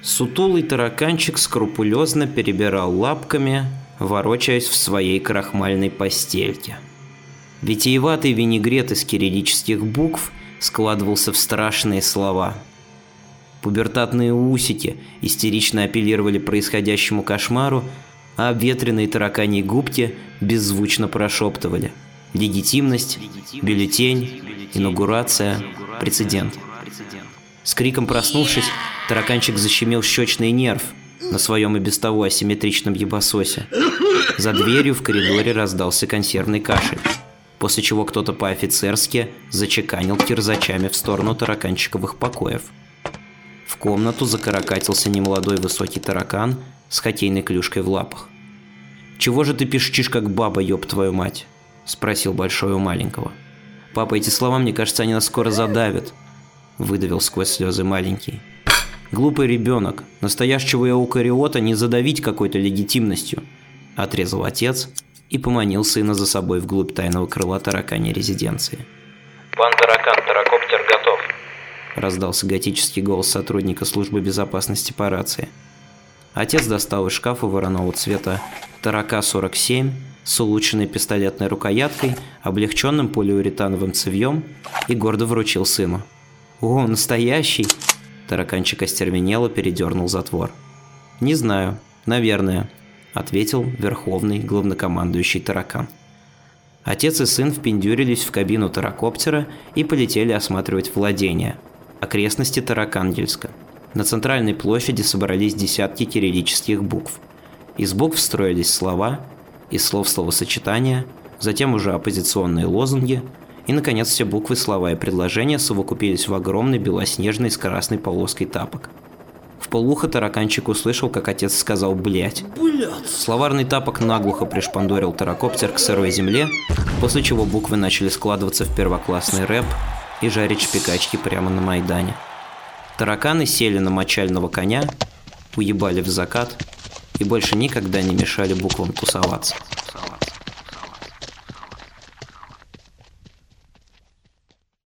Сутулый тараканчик скрупулезно перебирал лапками, ворочаясь в своей крахмальной постельке. Витиеватый винегрет из кириллических букв складывался в страшные слова. Пубертатные усики истерично апеллировали происходящему кошмару, а обветренные тараканьи губки беззвучно прошептывали: легитимность, бюллетень, инаугурация, прецедент. С криком проснувшись, тараканчик защемил щечный нерв на своем и без того асимметричном ебасосе. За дверью в коридоре раздался консервный кашель, после чего кто-то по-офицерски зачеканил кирзачами в сторону тараканчиковых покоев. В комнату закаракатился немолодой высокий таракан с хоккейной клюшкой в лапах. «Чего же ты пишешь, как баба, ёб твою мать?» – спросил большой у маленького. «Папа, эти слова, мне кажется, они нас скоро задавят», – выдавил сквозь слезы маленький. «Глупый ребенок, настоящего эукариота не задавить какой-то легитимностью», – отрезал отец и поманил сына за собой вглубь тайного крыла тараканьей резиденции. «Пан таракан, таракоптер готов», – раздался готический голос сотрудника службы безопасности по рации. Отец достал из шкафа вороного цвета Тарака-47 с улучшенной пистолетной рукояткой, облегченным полиуретановым цевьем и гордо вручил сыну. «О, настоящий!» Тараканчик остервенело передернул затвор. «Не знаю, наверное», – ответил верховный главнокомандующий таракан. Отец и сын впендюрились в кабину таракоптера и полетели осматривать владения, окрестности Таракангельска. На центральной площади собрались десятки кириллических букв. Из букв строились слова, из слов словосочетания, затем уже оппозиционные лозунги, и, наконец, все буквы, слова и предложения совокупились в огромный белоснежный с красной полоской тапок. Вполуха тараканчик услышал, как отец сказал «блядь». Словарный тапок наглухо пришпандорил таракоптер к сырой земле, после чего буквы начали складываться в первоклассный рэп и жарить шпикачки прямо на Майдане. Тараканы сели на мочального коня, уебали в закат и больше никогда не мешали буквам тусоваться.